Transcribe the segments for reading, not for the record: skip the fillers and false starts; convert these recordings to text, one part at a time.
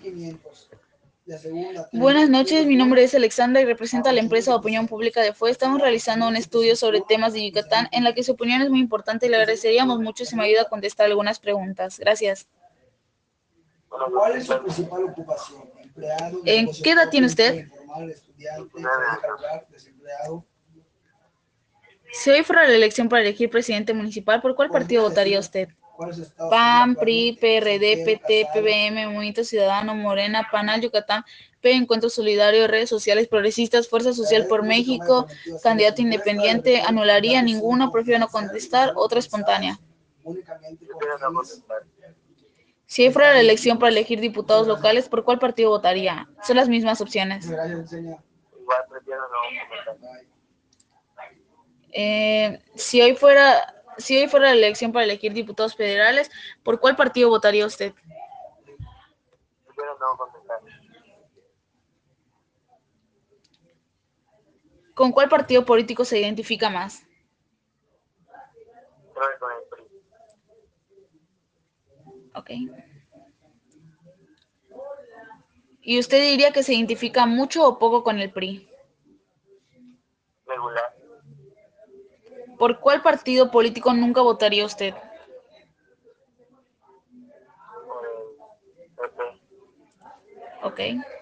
Buenas noches, mi nombre es Alexandra y represento a la empresa de opinión pública de FUE. Estamos realizando un estudio sobre temas de Yucatán en la que su opinión es muy importante y le agradeceríamos mucho si me ayuda a contestar algunas preguntas. Gracias. ¿Cuál es su principal ocupación? ¿Empleado? ¿En qué edad tiene usted? Informal, estudiante, se dedica al hogar, desempleado. Si hoy fuera la elección para elegir presidente municipal, ¿por cuál partido votaría usted? PAN, PRI, PRD, PT, PBM, Movimiento Ciudadano, Morena, PANAL, Yucatán, P, Encuentro Solidario, Redes Sociales Progresistas, Fuerza Social por México, candidato independiente, anularía ninguno, prefiero no contestar, otra espontánea. Si hoy fuera la elección para elegir diputados locales, ¿por cuál partido votaría? Son las mismas opciones. Si hoy fuera la elección para elegir diputados federales, ¿por cuál partido votaría usted? ¿Con cuál partido político se identifica más? Ok. ¿Y usted diría que se identifica mucho o poco con el PRI? Regular. ¿Por cuál partido político nunca votaría usted? Ok.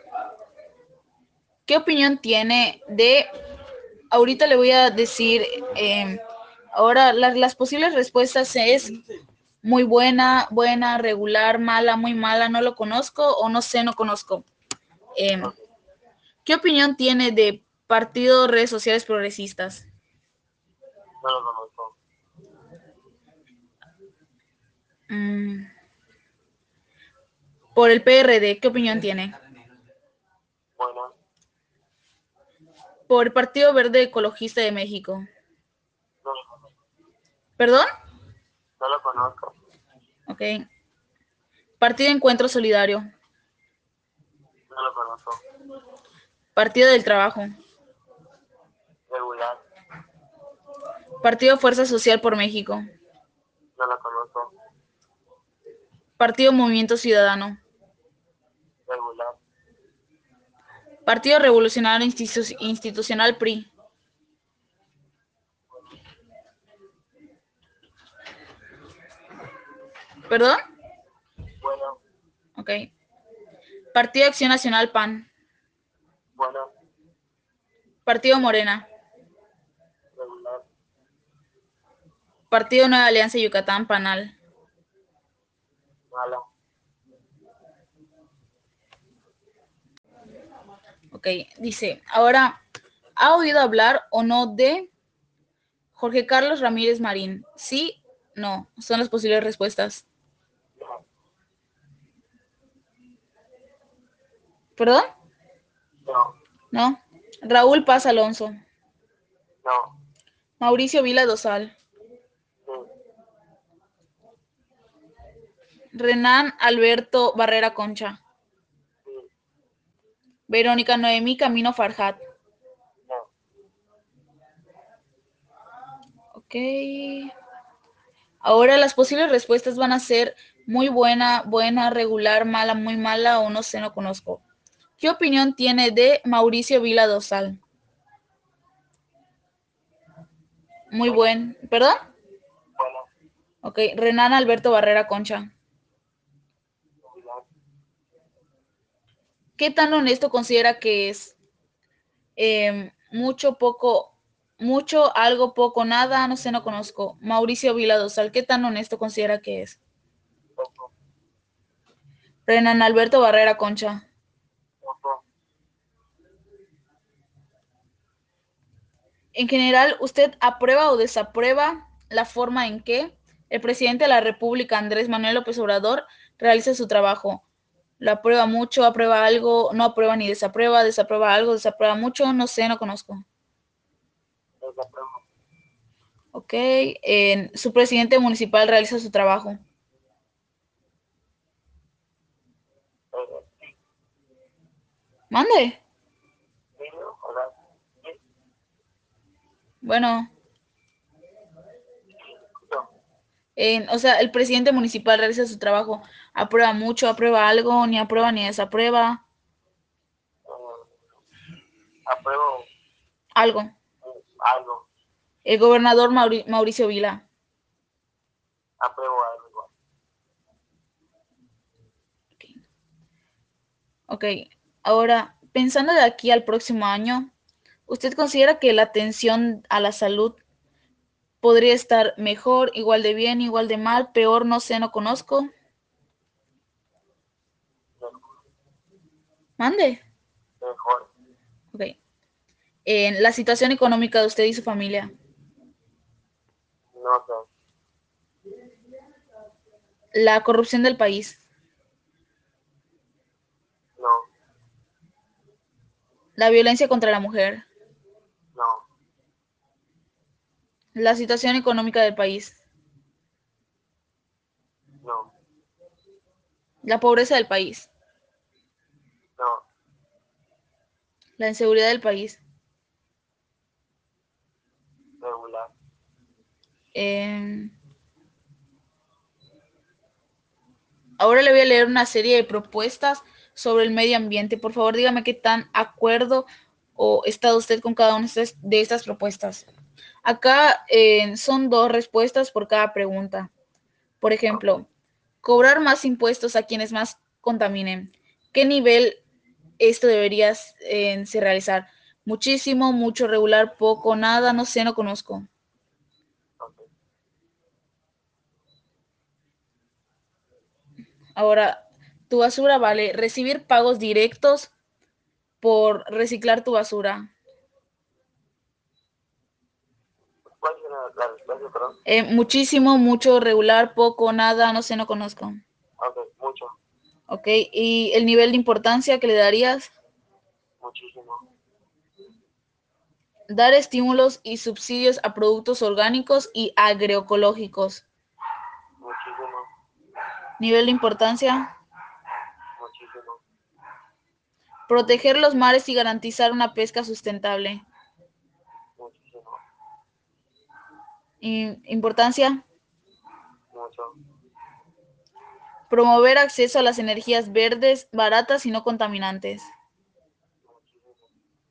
¿Qué opinión tiene de... Ahorita le voy a decir... ahora las posibles respuestas es muy buena, buena, regular, mala, muy mala, no lo conozco o no sé, no conozco. ¿Qué opinión tiene de Partido Redes Sociales Progresistas? No lo conozco. Por el PRD, ¿qué opinión tiene? Bueno. Por el Partido Verde Ecologista de México. No lo conozco. ¿Perdón? No lo conozco. Ok. Partido Encuentro Solidario. No lo conozco. Partido del Trabajo. Regular. Partido Fuerza Social por México. No lo conozco. Partido Movimiento Ciudadano. Regular. Partido Revolucionario Institucional PRI. ¿Perdón? Bueno. Ok. Partido Acción Nacional PAN. Bueno. Partido Morena. Regular. Partido Nueva Alianza Yucatán PANAL. Mala. Ok, dice, ahora, ¿ha oído hablar o no de Jorge Carlos Ramírez Marín? Sí, no, son las posibles respuestas. ¿Perdón? No. No. Raúl Paz Alonso. No. Mauricio Vila Dosal. Sí. Renan Alberto Barrera Concha. Sí. Verónica Noemí Camino Farjat. No. Ok. Ahora las posibles respuestas van a ser muy buena, buena, regular, mala, muy mala o no sé, no conozco. ¿Qué opinión tiene de Mauricio Vila Dosal? Muy buen. ¿Perdón? Bueno. Ok. Renan Alberto Barrera Concha. Regular. ¿Qué tan honesto considera que es? Mucho, poco, mucho, algo, poco, nada, no sé, no conozco. Mauricio Vila Dosal, ¿qué tan honesto considera que es? Poco. Renan Alberto Barrera Concha. Poco. En general, ¿usted aprueba o desaprueba la forma en que el presidente de la República, Andrés Manuel López Obrador, realiza su trabajo? ¿Lo aprueba mucho, aprueba algo, no aprueba ni desaprueba, desaprueba algo, desaprueba mucho? No sé, no conozco. Desapruebo. Ok, su presidente municipal realiza su trabajo. Sí. Mande. Sí. Hola. Sí. Bueno, Sí. Escucho. O sea, el presidente municipal realiza su trabajo, aprueba mucho, aprueba algo, ni aprueba ni desaprueba, Apruebo algo. algo. El gobernador Mauricio Vila. Apruebo algo igual. Ok, ahora, pensando de aquí al próximo año, ¿usted considera que la atención a la salud podría estar mejor, igual de bien, igual de mal, peor, no sé, no conozco? Mande. Mejor. Ok. En la situación económica de usted y su familia, No sé. la corrupción del país, No. la violencia contra la mujer, No. la situación económica del país, No. la pobreza del país, No. la inseguridad del país. Regular. Eh, Ahora le voy a leer una serie de propuestas sobre el medio ambiente. Por favor, dígame qué tan acuerdo o está usted con cada una de estas propuestas. Acá son 2 respuestas por cada pregunta. Por ejemplo, cobrar más impuestos a quienes más contaminen. ¿Qué nivel esto debería se realizar? Muchísimo, mucho, regular, poco, nada, no sé, no conozco. Okay. Ahora, tu basura vale recibir pagos directos por reciclar tu basura. ¿Cuál es la respuesta, perdón? Muchísimo, mucho, regular, poco, nada, no sé, no conozco. Ok, mucho. Ok, ¿y el nivel de importancia que le darías? Muchísimo. Dar estímulos y subsidios a productos orgánicos y agroecológicos. Muchísimo. Nivel de importancia. Muchísimo. Proteger los mares y garantizar una pesca sustentable. Muchísimo. Importancia. Mucho. Promover acceso a las energías verdes, baratas y no contaminantes. Muchísimo.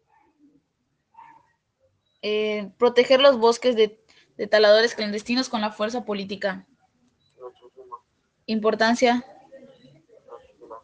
Proteger los bosques de taladores clandestinos con la fuerza política. Muchísimo. Importancia. Muchísimo.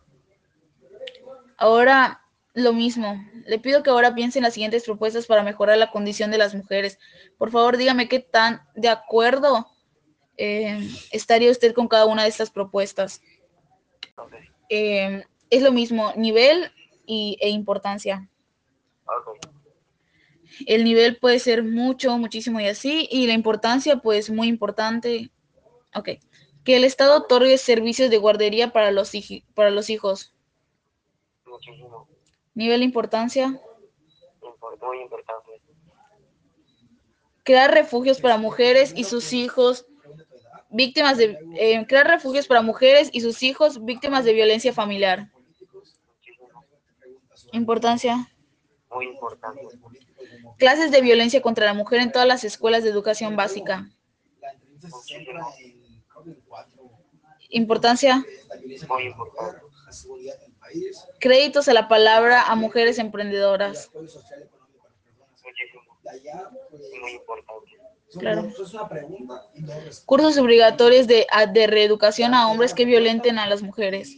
Ahora lo mismo. Le pido que ahora piense en las siguientes propuestas para mejorar la condición de las mujeres. Por favor, dígame qué tan de acuerdo estaría usted con cada una de estas propuestas. Okay. Es lo mismo, nivel e importancia. Okay. El nivel puede ser mucho, muchísimo y así, y la importancia, pues muy importante. Ok. Que el Estado otorgue servicios de guardería para los hijos. Muchísimo. Nivel de importancia. Muy importante. Crear refugios para mujeres y sus hijos víctimas de crear refugios para mujeres y sus hijos víctimas de violencia familiar. Muchísimo. Importancia. Muy importante. Clases de violencia contra la mujer en todas las escuelas de educación básica. Muchísimo. Importancia. Muy importante. Créditos a la palabra a mujeres emprendedoras. Muchísimo. Muy importante. Claro. Cursos obligatorios de reeducación a hombres que violenten a las mujeres.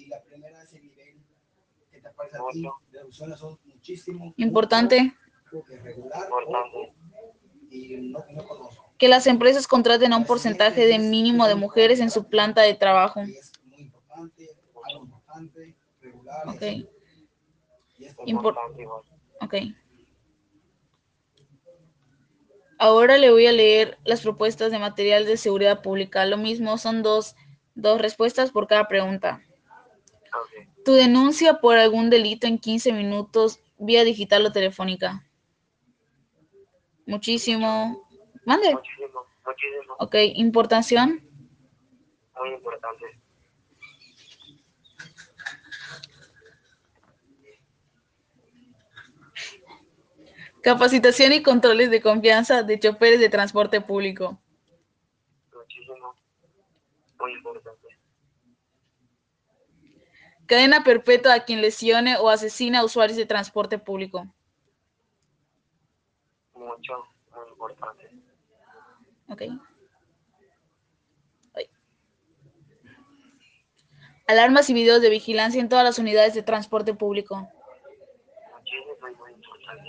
Mucho. Importante. Importante. Que las empresas contraten a un porcentaje de mínimo de mujeres en su planta de trabajo. Mucho. Ok. Importante igual. Ok. Ahora le voy a leer las propuestas de material de seguridad pública. Lo mismo, son dos respuestas por cada pregunta. Okay. Tu denuncia por algún delito en 15 minutos vía digital o telefónica. Muchísimo. Mande. Muchísimo. Muchísimo. Ok, importación. Muy importante. Capacitación y controles de confianza de choferes de transporte público. Muchísimo. muy importante. Cadena perpetua a quien lesione o asesine a usuarios de transporte público. Mucho, muy importante. Ok. Ay. Alarmas y videos de vigilancia en todas las unidades de transporte público. Muchísimo y muy importante.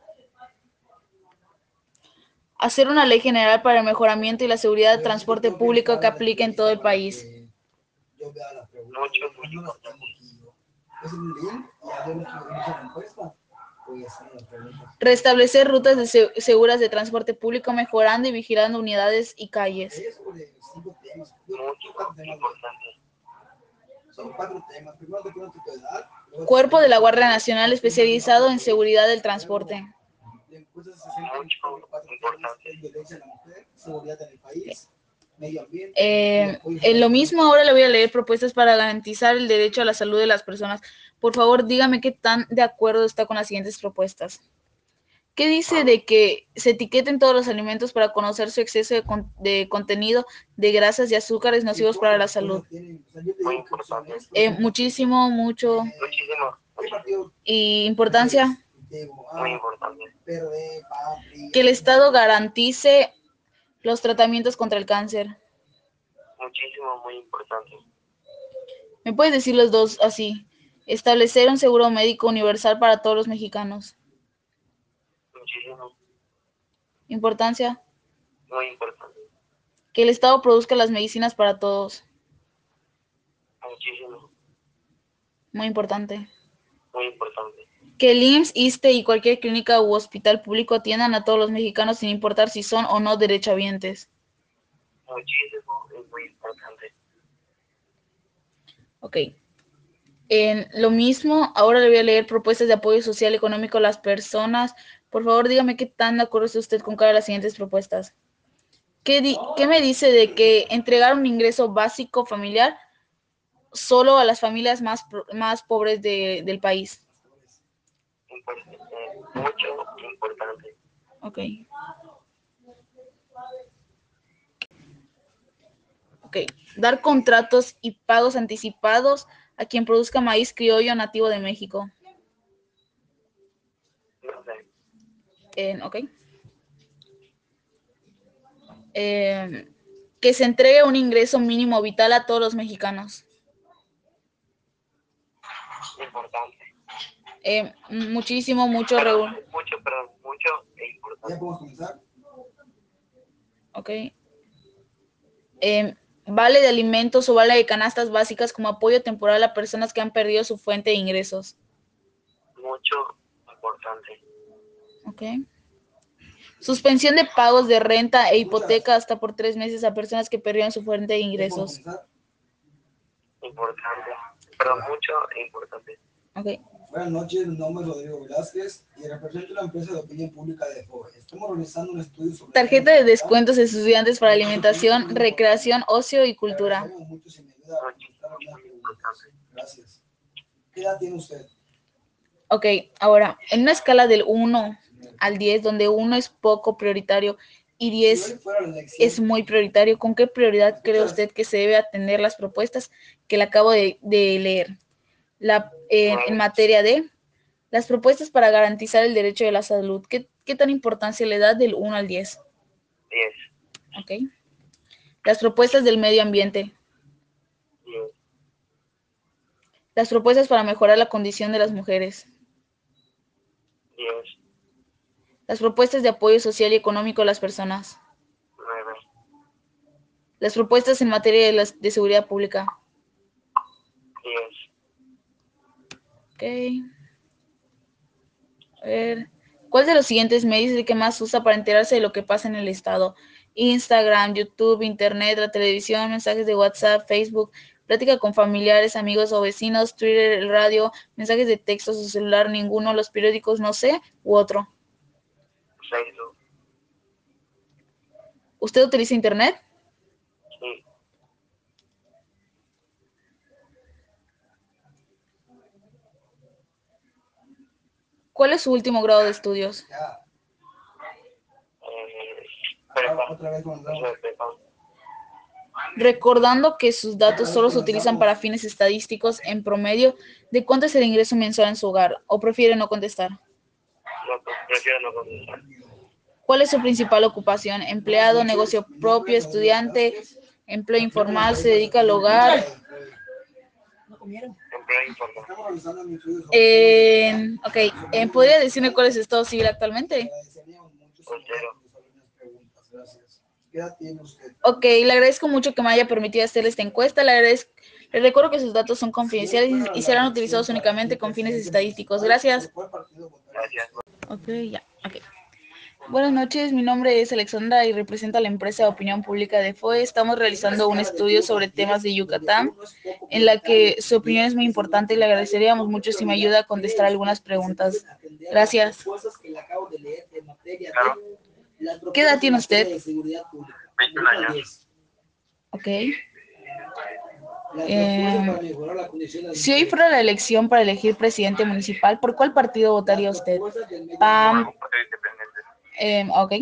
Hacer una ley general para el mejoramiento y la seguridad del transporte público que aplique en todo el país. Yo vea la pregunta. Mucho, Yo muy no las tengo importante. aquí. Es un link y ya yo mucha respuesta. Pues son las preguntas. Restablecer rutas seguras de transporte público, mejorando y vigilando unidades y calles. Es sobre 5 temas. Mucho, importante. Son 4 temas. Primero te pregunto tu edad. Cuerpo de la Guardia Nacional especializado en seguridad del transporte. Mucho, importante. Violencia de la mujer, seguridad en el país, medio ambiente. En lo mismo, ahora le voy a leer propuestas para garantizar el derecho a la salud de las personas. Por favor, dígame qué tan de acuerdo está con las siguientes propuestas. ¿Qué dice de que se etiqueten todos los alimentos para conocer su exceso de contenido de grasas y azúcares nocivos para la salud? Muy importante. Muchísimo, mucho. Muchísimo, muchísimo. Y importancia, Muy importante. que el Estado garantice los tratamientos contra el cáncer. Muchísimo, muy importante. ¿Me puedes decir los dos así? Establecer un seguro médico universal para todos los mexicanos. Muchísimo, Importancia, muy importante. que el Estado produzca las medicinas para todos. Muchísimo, Muy importante. muy importante. Que el IMSS, ISSSTE y cualquier clínica u hospital público atiendan a todos los mexicanos sin importar si son o no derechohabientes. Muchísimo y muy importante. Ok. En lo mismo, ahora le voy a leer propuestas de apoyo social y económico a las personas. Por favor, dígame qué tan de acuerdo está usted con cada de las siguientes propuestas. ¿Qué me dice de que entregar un ingreso básico familiar solo a las familias más pobres del país? Mucho importante. Ok. Ok. Dar contratos y pagos anticipados a quien produzca maíz criollo nativo de México. No sé. Ok. Que se entregue un ingreso mínimo vital a todos los mexicanos. Importante. Muchísimo, mucho. Mucho, perdón, mucho e importante. ¿Ya podemos comenzar? Ok. Vale de alimentos o vale de canastas básicas como apoyo temporal a personas que han perdido su fuente de ingresos. Mucho importante. Ok. Suspensión de pagos de renta e hipoteca hasta por 3 meses a personas que perdieron su fuente de ingresos. Importante. Perdón, mucho e importante. Ok. Buenas noches, mi nombre es Rodrigo Velázquez y represento la empresa de opinión pública de FOE. Estamos realizando un estudio sobre... Tarjeta de descuentos de estudiantes para alimentación, recreación, ocio y cultura. Mucho si me ayuda a contestar algunas preguntas. Gracias. ¿Qué edad tiene usted? Ok, ahora, en una escala del 1 al 10, donde 1 es poco prioritario y 10 es muy prioritario, ¿con qué prioridad cree usted que se debe atender las propuestas que le acabo de leer? En materia de las propuestas para garantizar el derecho de la salud, ¿qué tan importancia le da del 1 al 10? 10. Ok. Las propuestas del medio ambiente. 10. Las propuestas para mejorar la condición de las mujeres. 10. Las propuestas de apoyo social y económico a las personas. 9. Las propuestas en materia de seguridad pública. 10. Ok. A ver. ¿Cuál de los siguientes medios es el que más usa para enterarse de lo que pasa en el estado? Instagram, YouTube, Internet, la televisión, mensajes de WhatsApp, Facebook, plática con familiares, amigos o vecinos, Twitter, el radio, mensajes de texto, su celular, ninguno, los periódicos, no sé, u otro. Facebook. ¿Usted utiliza Internet? Sí. ¿Cuál es su último grado de estudios? Prepa. Otra vez comenzamos. Prepa. Recordando que sus datos solo se utilizan para fines estadísticos, en promedio, ¿de cuánto es el ingreso mensual en su hogar? ¿O prefiere no contestar? No, prefiero no contestar. ¿Cuál es su principal ocupación? ¿Empleado, negocio propio, estudiante, empleo informal, se dedica al hogar? Empleo informal. Estamos realizando mi estudio ¿Podría decirme cuál es su estado civil actualmente? Agradeceríamos mucho si me puede contestar algunas preguntas. Gracias. ¿Qué edad tiene usted? Ok, le agradezco mucho que me haya permitido hacer esta encuesta. Le recuerdo que sus datos son confidenciales y serán utilizados únicamente con fines estadísticos. Gracias. Gracias. Ok, ya. Ok. Buenas noches, mi nombre es Alexandra y represento a la empresa de opinión pública de FOE. Estamos realizando un estudio sobre temas de Yucatán, en la que su opinión es muy importante y le agradeceríamos mucho si me ayuda a contestar algunas preguntas. Gracias. Claro. ¿Qué edad tiene usted? 21 años. Ok. Si hoy fuera la elección para elegir presidente municipal, ¿por cuál partido votaría usted? PAN. Por un partido independiente. Ok.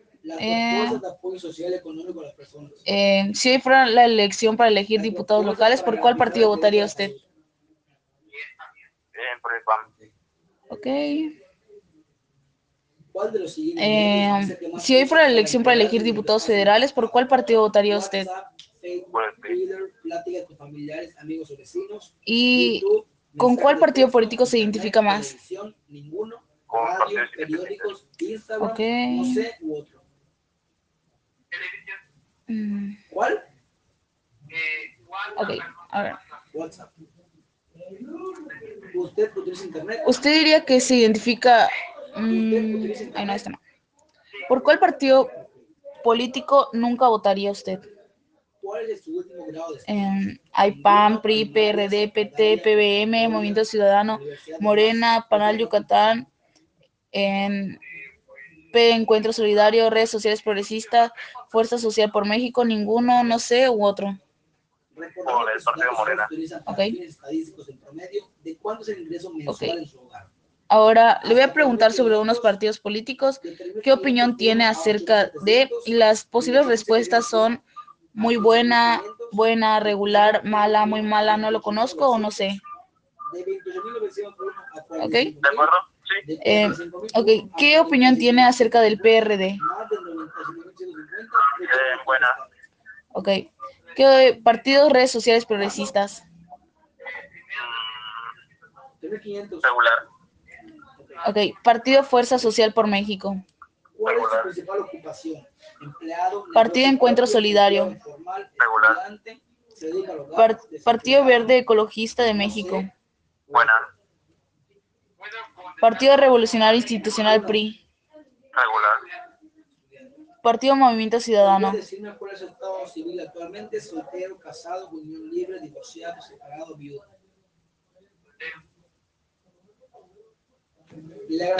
Si hoy fuera la elección para elegir diputados locales, ¿por cuál partido votaría usted? Por el PAN. Ok. Si hoy fuera la elección para elegir diputados federales, ¿por cuál partido votaría usted? Por el PRI. ¿Y con cuál partido político se identifica más? Con partidos independientes. Ok. Ok, a ver. ¿Usted diría que se identifica... Ay, no, este no. ¿Por cuál partido político nunca votaría usted? Hay PAN, PRI, PRD, PT, PBM, Movimiento Ciudadano, Morena, Panal Yucatán, P, Encuentro Solidario, Redes Sociales Progresistas, Fuerza Social por México, ninguno, no sé, u otro. Por el partido Morena. Ok. Ok. Ahora le voy a preguntar sobre unos partidos políticos. ¿Qué opinión tiene acerca de? Y las posibles respuestas son muy buena, buena, regular, mala, muy mala, no lo conozco o no sé. ¿Ok? ¿De acuerdo? Sí. Ok. ¿Qué opinión tiene acerca del PRD? Buena. Ok. ¿Qué partidos, redes sociales progresistas? Regular. Ok. Partido Fuerza Social por México. Regular. Partido Encuentro Solidario. Regular. Partido Verde Ecologista de México. Buena. Partido Revolucionario Institucional PRI. Regular. Partido Movimiento Ciudadano.